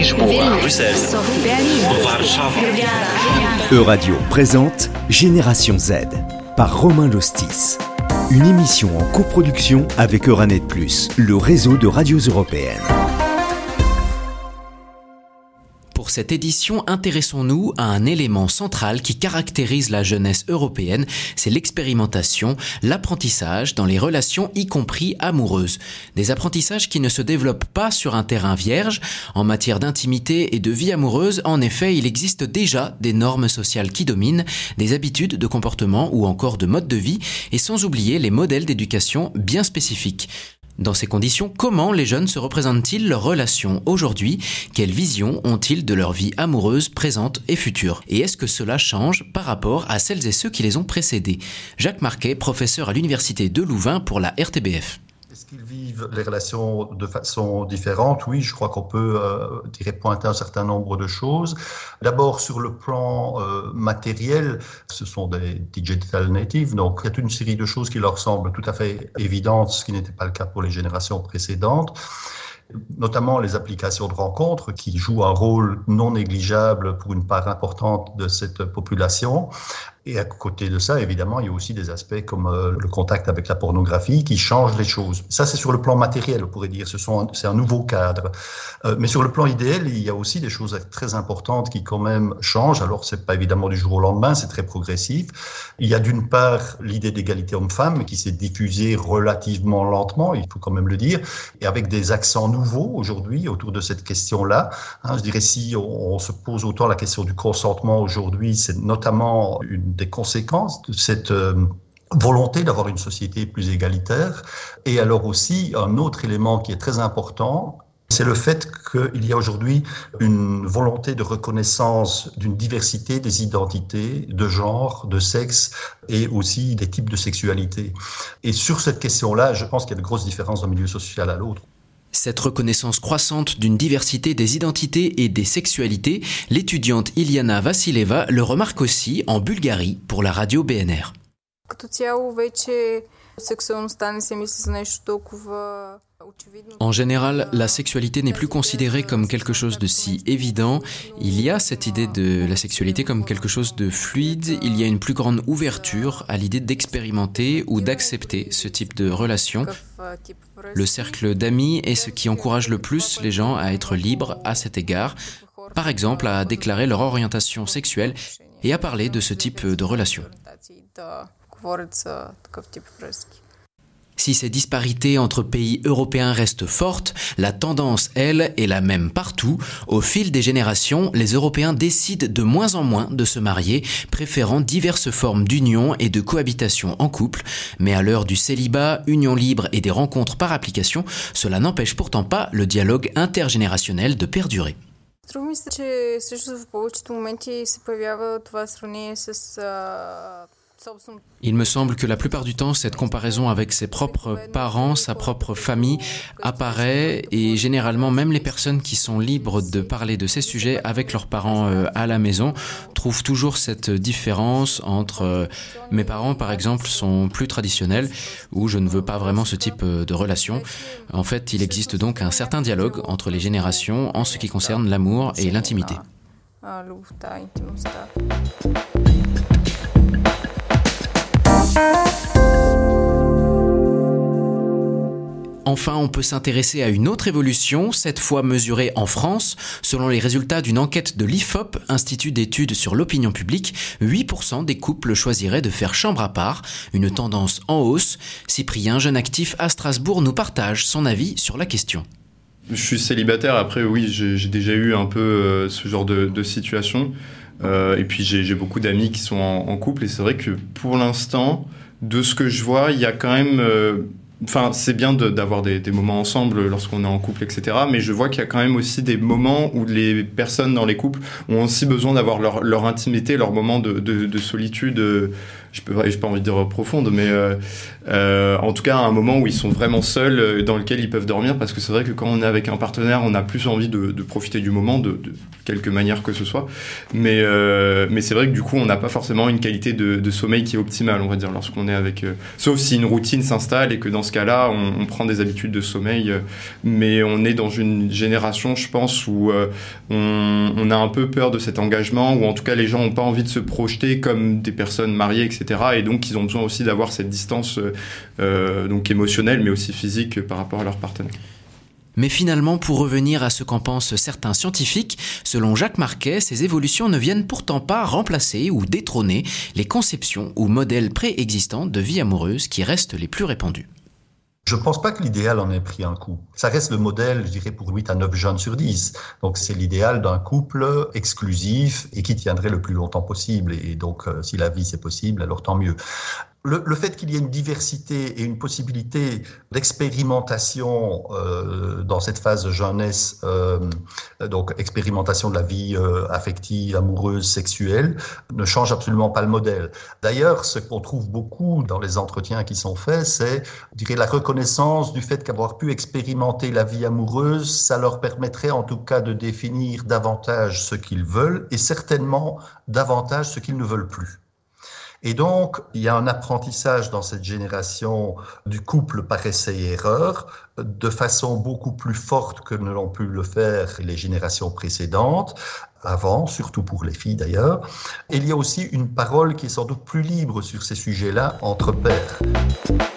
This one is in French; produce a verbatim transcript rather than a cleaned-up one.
Lisboa, Bruxelles, Warszawa. Euradio présente Génération Z par Romain Lostis. Une émission en coproduction avec Euranet plus, le réseau de radios européennes. Pour cette édition, intéressons-nous à un élément central qui caractérise la jeunesse européenne, c'est l'expérimentation, l'apprentissage dans les relations, y compris amoureuses. Des apprentissages qui ne se développent pas sur un terrain vierge. En matière d'intimité et de vie amoureuse, en effet, il existe déjà des normes sociales qui dominent, des habitudes de comportement ou encore de mode de vie, et sans oublier les modèles d'éducation bien spécifiques. Dans ces conditions, comment les jeunes se représentent-ils leurs relations aujourd'hui ? Quelle vision ont-ils de leur vie amoureuse, présente et future ? Et est-ce que cela change par rapport à celles et ceux qui les ont précédés ? Jacques Marquet, professeur à l'université de Louvain pour la R T B F. Est-ce qu'ils vivent les relations de façon différente ? Oui, je crois qu'on peut euh, dirais, pointer un certain nombre de choses. D'abord, sur le plan euh, matériel, ce sont des digital natives, donc il y a toute une série de choses qui leur semblent tout à fait évidentes, ce qui n'était pas le cas pour les générations précédentes. Notamment les applications de rencontres qui jouent un rôle non négligeable pour une part importante de cette population. Et à côté de ça, évidemment, il y a aussi des aspects comme euh, le contact avec la pornographie qui changent les choses. Ça, c'est sur le plan matériel, on pourrait dire. Ce sont un, c'est un nouveau cadre. Euh, mais sur le plan idéal, il y a aussi des choses très importantes qui quand même changent. Alors, c'est pas évidemment du jour au lendemain, c'est très progressif. Il y a d'une part l'idée d'égalité homme-femme qui s'est diffusée relativement lentement, il faut quand même le dire, et avec des accents nouveaux aujourd'hui autour de cette question-là. Hein, je dirais si on, on se pose autant la question du consentement aujourd'hui, c'est notamment une des conséquences de cette euh, volonté d'avoir une société plus égalitaire. Et alors aussi, un autre élément qui est très important, c'est le fait qu'il y a aujourd'hui une volonté de reconnaissance d'une diversité des identités, de genre, de sexe et aussi des types de sexualité. Et sur cette question-là, je pense qu'il y a de grosses différences d'un milieu social à l'autre. Cette reconnaissance croissante d'une diversité des identités et des sexualités, l'étudiante Iliana Vassileva le remarque aussi en Bulgarie pour la radio B N R. En général, la sexualité n'est plus considérée comme quelque chose de si évident. Il y a cette idée de la sexualité comme quelque chose de fluide. Il y a une plus grande ouverture à l'idée d'expérimenter ou d'accepter ce type de relation. Le cercle d'amis est ce qui encourage le plus les gens à être libres à cet égard. Par exemple, à déclarer leur orientation sexuelle et à parler de ce type de relation. Si ces disparités entre pays européens restent fortes, la tendance, elle, est la même partout. Au fil des générations, les Européens décident de moins en moins de se marier, préférant diverses formes d'union et de cohabitation en couple. Mais à l'heure du célibat, union libre et des rencontres par application, cela n'empêche pourtant pas le dialogue intergénérationnel de perdurer. Il me semble que la plupart du temps, cette comparaison avec ses propres parents, sa propre famille apparaît et généralement même les personnes qui sont libres de parler de ces sujets avec leurs parents euh, à la maison trouvent toujours cette différence entre euh, mes parents par exemple sont plus traditionnels ou je ne veux pas vraiment ce type de relation. En fait, il existe donc un certain dialogue entre les générations en ce qui concerne l'amour et l'intimité. Enfin, on peut s'intéresser à une autre évolution, cette fois mesurée en France. Selon les résultats d'une enquête de l'I F O P, Institut d'études sur l'opinion publique, huit pour cent des couples choisiraient de faire chambre à part, une tendance en hausse. Cyprien, jeune actif à Strasbourg, nous partage son avis sur la question. Je suis célibataire, après oui, j'ai, j'ai déjà eu un peu euh, ce genre de, de situation. Euh, et puis j'ai, j'ai beaucoup d'amis qui sont en, en couple et c'est vrai que pour l'instant, de ce que je vois, il y a quand même... Euh, Enfin, c'est bien de, d'avoir des, des moments ensemble lorsqu'on est en couple, et cetera. Mais je vois qu'il y a quand même aussi des moments où les personnes dans les couples ont aussi besoin d'avoir leur, leur intimité, leur moment de, de, de solitude. Je peux, j'ai pas envie de dire profonde, mais euh, euh, en tout cas un moment où ils sont vraiment seuls, dans lequel ils peuvent dormir. Parce que c'est vrai que quand on est avec un partenaire, on a plus envie de, de profiter du moment, de, de quelque manière que ce soit. Mais, euh, mais c'est vrai que du coup, on n'a pas forcément une qualité de, de sommeil qui est optimale, on va dire, lorsqu'on est avec. Euh, sauf si une routine s'installe et que dans ce cas-là, on, on prend des habitudes de sommeil, mais on est dans une génération, je pense, où euh, on, on a un peu peur de cet engagement, ou en tout cas les gens n'ont pas envie de se projeter comme des personnes mariées, et cetera. Et donc ils ont besoin aussi d'avoir cette distance euh, donc émotionnelle, mais aussi physique par rapport à leur partenaire. Mais finalement, pour revenir à ce qu'en pensent certains scientifiques, selon Jacques Marquet, ces évolutions ne viennent pourtant pas remplacer ou détrôner les conceptions ou modèles préexistants de vie amoureuse qui restent les plus répandus. Je ne pense pas que l'idéal en ait pris un coup. Ça reste le modèle, je dirais, pour huit à neuf jeunes sur dix. Donc c'est l'idéal d'un couple exclusif et qui tiendrait le plus longtemps possible. Et donc euh, si la vie c'est possible, alors tant mieux. Le, le fait qu'il y ait une diversité et une possibilité d'expérimentation euh, dans cette phase de jeunesse, euh, donc expérimentation de la vie euh, affective, amoureuse, sexuelle, ne change absolument pas le modèle. D'ailleurs, ce qu'on trouve beaucoup dans les entretiens qui sont faits, c'est, je dirais, la reconnaissance du fait qu'avoir pu expérimenter la vie amoureuse, ça leur permettrait en tout cas de définir davantage ce qu'ils veulent et certainement davantage ce qu'ils ne veulent plus. Et donc, il y a un apprentissage dans cette génération du couple par essai et erreur de façon beaucoup plus forte que ne l'ont pu le faire les générations précédentes, avant, surtout pour les filles d'ailleurs. Et il y a aussi une parole qui est sans doute plus libre sur ces sujets-là entre pairs.